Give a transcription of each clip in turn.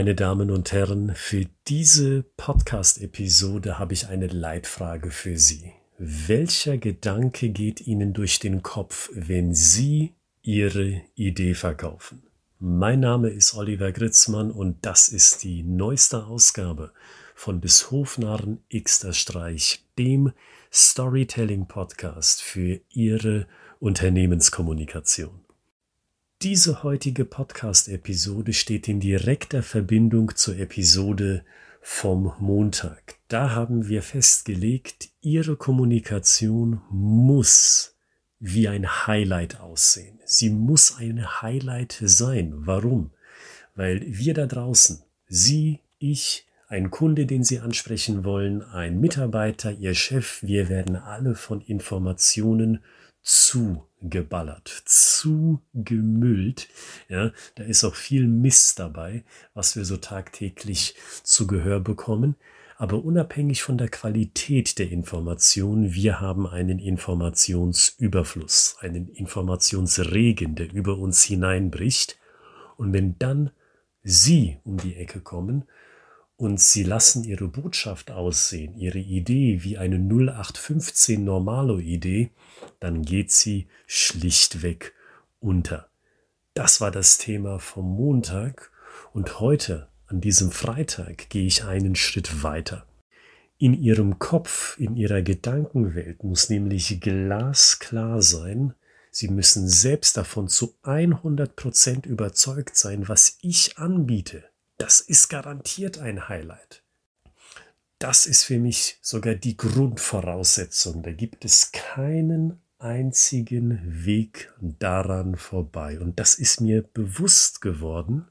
Meine Damen und Herren, für diese Podcast-Episode habe ich eine Leitfrage für Sie. Welcher Gedanke geht Ihnen durch den Kopf, wenn Sie Ihre Idee verkaufen? Mein Name ist Oliver Gritzmann und das ist die neueste Ausgabe von des Hofnarren Xter Streich, dem Storytelling-Podcast für Ihre Unternehmenskommunikation. Diese heutige Podcast-Episode steht in direkter Verbindung zur Episode vom Montag. Da haben wir festgelegt, Ihre Kommunikation muss wie ein Highlight aussehen. Sie muss ein Highlight sein. Warum? Weil wir da draußen, Sie, ich, ein Kunde, den Sie ansprechen wollen, ein Mitarbeiter, Ihr Chef, wir werden alle von Informationen zugeballert, zugemüllt. Ja, da ist auch viel Mist dabei, was wir so tagtäglich zu Gehör bekommen. Aber unabhängig von der Qualität der Information, wir haben einen Informationsüberfluss, einen Informationsregen, der über uns hineinbricht. Und wenn dann Sie um die Ecke kommen und Sie lassen Ihre Botschaft aussehen, Ihre Idee wie eine 0815 Normalo-Idee, dann geht sie schlichtweg unter. Das war das Thema vom Montag und heute, an diesem Freitag, gehe ich einen Schritt weiter. In Ihrem Kopf, in Ihrer Gedankenwelt muss nämlich glasklar sein, Sie müssen selbst davon zu 100% überzeugt sein, was ich anbiete. Das ist garantiert ein Highlight. Das ist für mich sogar die Grundvoraussetzung. Da gibt es keinen einzigen Weg daran vorbei. Und das ist mir bewusst geworden,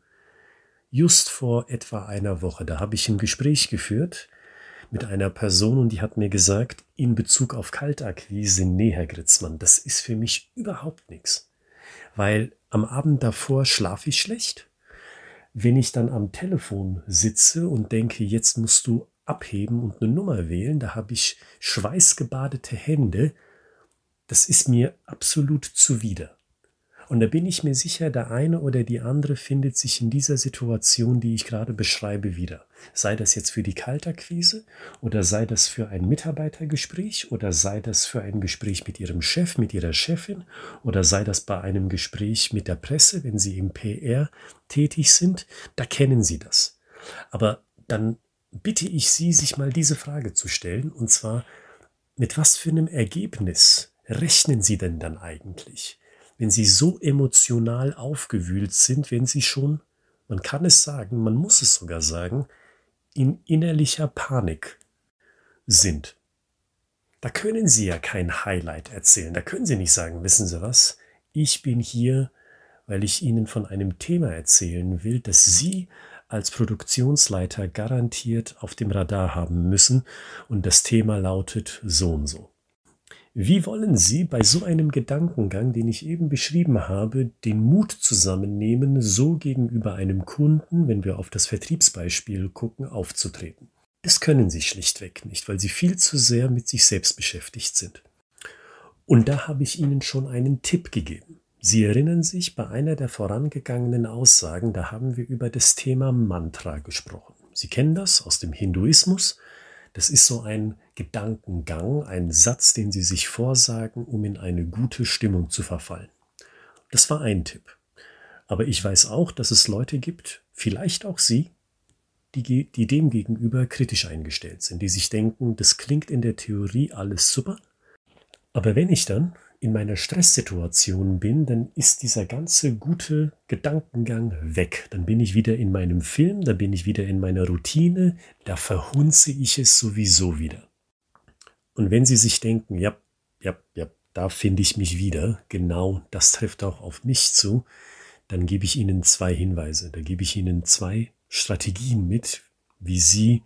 just vor etwa einer Woche. Da habe ich ein Gespräch geführt mit einer Person und die hat mir gesagt, in Bezug auf Kaltakquise, nee, Herr Gritzmann, das ist für mich überhaupt nichts. Weil am Abend davor schlafe ich schlecht. Wenn ich dann am Telefon sitze und denke, jetzt musst du abheben und eine Nummer wählen, da habe ich schweißgebadete Hände. Das ist mir absolut zuwider. Und da bin ich mir sicher, der eine oder die andere findet sich in dieser Situation, die ich gerade beschreibe, wieder. Sei das jetzt für die Kaltakquise oder sei das für ein Mitarbeitergespräch oder sei das für ein Gespräch mit Ihrem Chef, mit Ihrer Chefin oder sei das bei einem Gespräch mit der Presse, wenn Sie im PR tätig sind. Da kennen Sie das. Aber dann bitte ich Sie, sich mal diese Frage zu stellen, und zwar, mit was für einem Ergebnis rechnen Sie denn dann eigentlich? Wenn Sie so emotional aufgewühlt sind, wenn Sie schon, man kann es sagen, man muss es sogar sagen, in innerlicher Panik sind. Da können Sie ja kein Highlight erzählen. Da können Sie nicht sagen, wissen Sie was, ich bin hier, weil ich Ihnen von einem Thema erzählen will, das Sie als Produktionsleiter garantiert auf dem Radar haben müssen, und das Thema lautet so und so. Wie wollen Sie bei so einem Gedankengang, den ich eben beschrieben habe, den Mut zusammennehmen, so gegenüber einem Kunden, wenn wir auf das Vertriebsbeispiel gucken, aufzutreten? Das können Sie schlichtweg nicht, weil Sie viel zu sehr mit sich selbst beschäftigt sind. Und da habe ich Ihnen schon einen Tipp gegeben. Sie erinnern sich, bei einer der vorangegangenen Aussagen, da haben wir über das Thema Mantra gesprochen. Sie kennen das aus dem Hinduismus. Das ist so ein Gedankengang, ein Satz, den Sie sich vorsagen, um in eine gute Stimmung zu verfallen. Das war ein Tipp. Aber ich weiß auch, dass es Leute gibt, vielleicht auch Sie, die dem gegenüber kritisch eingestellt sind, die sich denken, das klingt in der Theorie alles super, aber wenn ich dann in meiner Stresssituation bin, dann ist dieser ganze gute Gedankengang weg. Dann bin ich wieder in meinem Film, da bin ich wieder in meiner Routine, da verhunze ich es sowieso wieder. Und wenn Sie sich denken, ja, da finde ich mich wieder, genau das trifft auch auf mich zu, dann gebe ich Ihnen 2 Hinweise, da gebe ich Ihnen 2 Strategien mit, wie Sie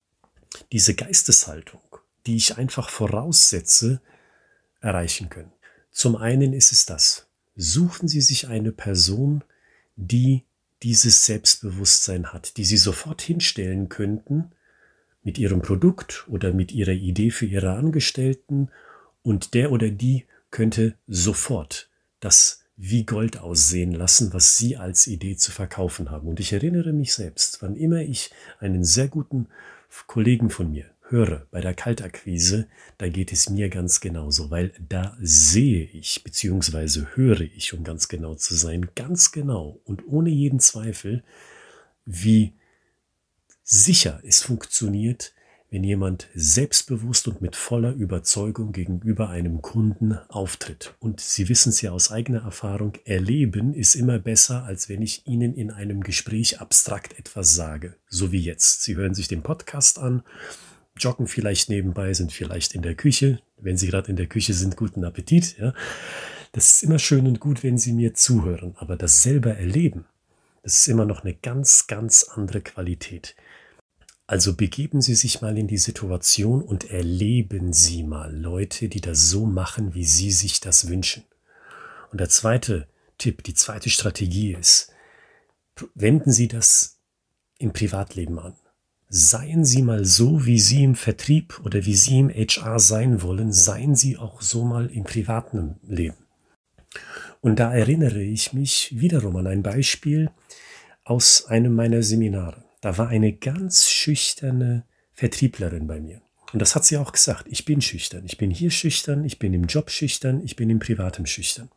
diese Geisteshaltung, die ich einfach voraussetze, erreichen können. Zum einen ist es das: Suchen Sie sich eine Person, die dieses Selbstbewusstsein hat, die Sie sofort hinstellen könnten mit Ihrem Produkt oder mit Ihrer Idee für Ihre Angestellten, und der oder die könnte sofort das wie Gold aussehen lassen, was sie als Idee zu verkaufen haben. Und ich erinnere mich selbst, wann immer ich einen sehr guten Kollegen von mir höre bei der Kaltakquise, da geht es mir ganz genauso, weil da sehe ich, beziehungsweise höre ich, um ganz genau zu sein, ganz genau und ohne jeden Zweifel, wie sicher es funktioniert, wenn jemand selbstbewusst und mit voller Überzeugung gegenüber einem Kunden auftritt. Und Sie wissen es ja aus eigener Erfahrung, erleben ist immer besser, als wenn ich Ihnen in einem Gespräch abstrakt etwas sage. So wie jetzt. Sie hören sich den Podcast an, joggen vielleicht nebenbei, sind vielleicht in der Küche. Wenn Sie gerade in der Küche sind, guten Appetit. Ja. Das ist immer schön und gut, wenn Sie mir zuhören. Aber das selber erleben, das ist immer noch eine ganz, ganz andere Qualität. Also begeben Sie sich mal in die Situation und erleben Sie mal Leute, die das so machen, wie Sie sich das wünschen. Und der zweite Tipp, die zweite Strategie ist, wenden Sie das im Privatleben an. Seien Sie mal so, wie Sie im Vertrieb oder wie Sie im HR sein wollen, seien Sie auch so mal im privaten Leben. Und da erinnere ich mich wiederum an ein Beispiel aus einem meiner Seminare. Da war eine ganz schüchterne Vertrieblerin bei mir. Und das hat sie auch gesagt. Ich bin schüchtern. Ich bin hier schüchtern. Ich bin im Job schüchtern. Ich bin im Privatem schüchtern.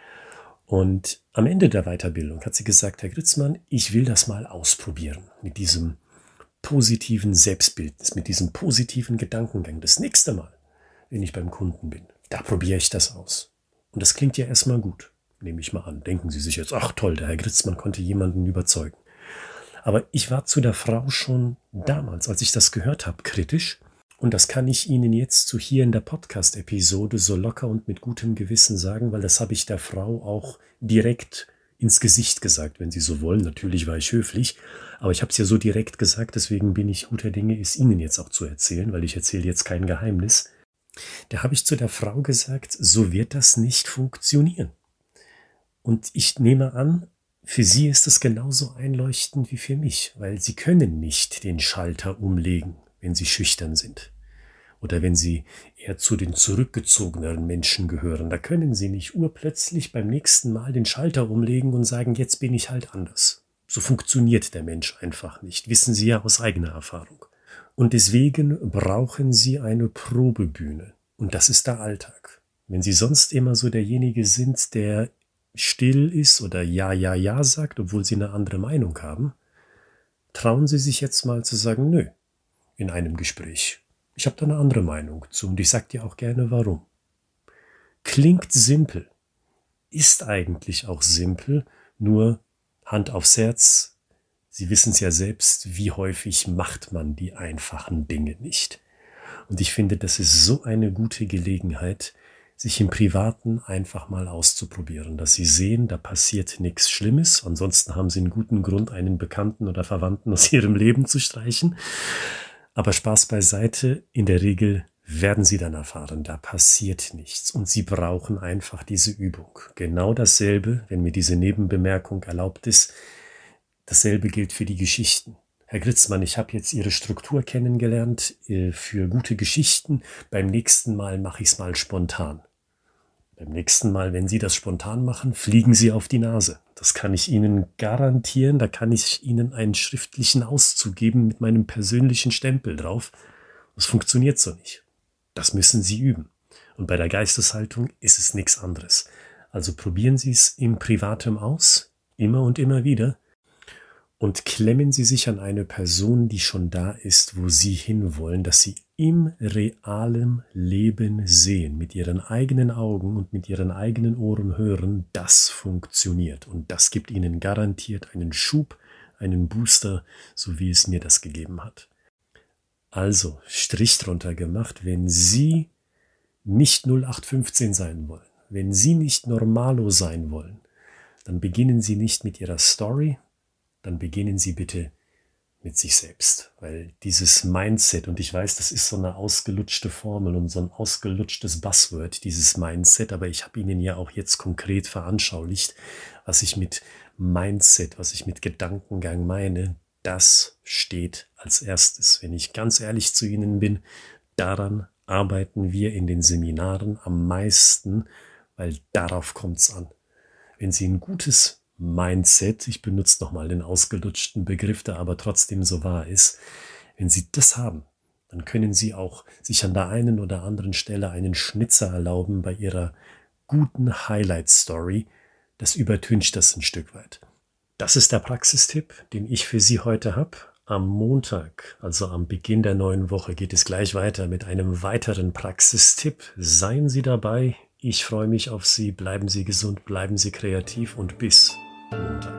Und am Ende der Weiterbildung hat sie gesagt, Herr Gritzmann, ich will das mal ausprobieren mit diesem positiven Selbstbildnis, mit diesem positiven Gedankengang. Das nächste Mal, wenn ich beim Kunden bin, da probiere ich das aus. Und das klingt ja erstmal gut, nehme ich mal an. Denken Sie sich jetzt, ach toll, der Herr Gritzmann konnte jemanden überzeugen. Aber ich war zu der Frau schon damals, als ich das gehört habe, kritisch. Und das kann ich Ihnen jetzt so hier in der Podcast-Episode so locker und mit gutem Gewissen sagen, weil das habe ich der Frau auch direkt ins Gesicht gesagt, wenn Sie so wollen. Natürlich war ich höflich, aber ich habe es ja so direkt gesagt, deswegen bin ich guter Dinge, es Ihnen jetzt auch zu erzählen, weil ich erzähle jetzt kein Geheimnis. Da habe ich zu der Frau gesagt, so wird das nicht funktionieren. Und ich nehme an, für Sie ist es genauso einleuchtend wie für mich, weil Sie können nicht den Schalter umlegen, wenn Sie schüchtern sind. Oder wenn Sie eher zu den zurückgezogeneren Menschen gehören. Da können Sie nicht urplötzlich beim nächsten Mal den Schalter umlegen und sagen, jetzt bin ich halt anders. So funktioniert der Mensch einfach nicht, wissen Sie ja aus eigener Erfahrung. Und deswegen brauchen Sie eine Probebühne. Und das ist der Alltag. Wenn Sie sonst immer so derjenige sind, der still ist oder ja sagt, obwohl Sie eine andere Meinung haben, trauen Sie sich jetzt mal zu sagen, nö, in einem Gespräch. Ich habe da eine andere Meinung zu und ich sage dir auch gerne warum. Klingt simpel, ist eigentlich auch simpel, nur Hand aufs Herz, Sie wissen es ja selbst, wie häufig macht man die einfachen Dinge nicht. Und ich finde, das ist so eine gute Gelegenheit, sich im Privaten einfach mal auszuprobieren, dass Sie sehen, da passiert nichts Schlimmes, ansonsten haben Sie einen guten Grund, einen Bekannten oder Verwandten aus Ihrem Leben zu streichen. Aber Spaß beiseite, in der Regel werden Sie dann erfahren, da passiert nichts und Sie brauchen einfach diese Übung. Genau dasselbe, wenn mir diese Nebenbemerkung erlaubt ist, dasselbe gilt für die Geschichten. Herr Gritzmann, ich habe jetzt Ihre Struktur kennengelernt für gute Geschichten. Beim nächsten Mal mache ich es mal spontan. Beim nächsten Mal, wenn Sie das spontan machen, fliegen Sie auf die Nase. Das kann ich Ihnen garantieren. Da kann ich Ihnen einen schriftlichen Auszug geben mit meinem persönlichen Stempel drauf. Das funktioniert so nicht. Das müssen Sie üben. Und bei der Geisteshaltung ist es nichts anderes. Also probieren Sie es im Privatem aus, immer und immer wieder. Und klemmen Sie sich an eine Person, die schon da ist, wo Sie hinwollen, dass Sie im realen Leben sehen, mit Ihren eigenen Augen und mit Ihren eigenen Ohren hören, das funktioniert. Und das gibt Ihnen garantiert einen Schub, einen Booster, so wie es mir das gegeben hat. Also, Strich drunter gemacht, wenn Sie nicht 0815 sein wollen, wenn Sie nicht Normalo sein wollen, dann beginnen Sie nicht mit Ihrer Story, dann beginnen Sie bitte mit sich selbst. Weil dieses Mindset, und ich weiß, das ist so eine ausgelutschte Formel und so ein ausgelutschtes Buzzword, dieses Mindset, aber ich habe Ihnen ja auch jetzt konkret veranschaulicht, was ich mit Mindset, was ich mit Gedankengang meine, das steht als erstes. Wenn ich ganz ehrlich zu Ihnen bin, daran arbeiten wir in den Seminaren am meisten, weil darauf kommt es an. Wenn Sie ein gutes Mindset, ich benutze nochmal den ausgelutschten Begriff, der aber trotzdem so wahr ist, wenn Sie das haben, dann können Sie auch sich an der einen oder anderen Stelle einen Schnitzer erlauben bei Ihrer guten Highlight-Story. Das übertüncht das ein Stück weit. Das ist der Praxistipp, den ich für Sie heute habe. Am Montag, also am Beginn der neuen Woche, geht es gleich weiter mit einem weiteren Praxistipp. Seien Sie dabei. Ich freue mich auf Sie. Bleiben Sie gesund, bleiben Sie kreativ und bis Montag.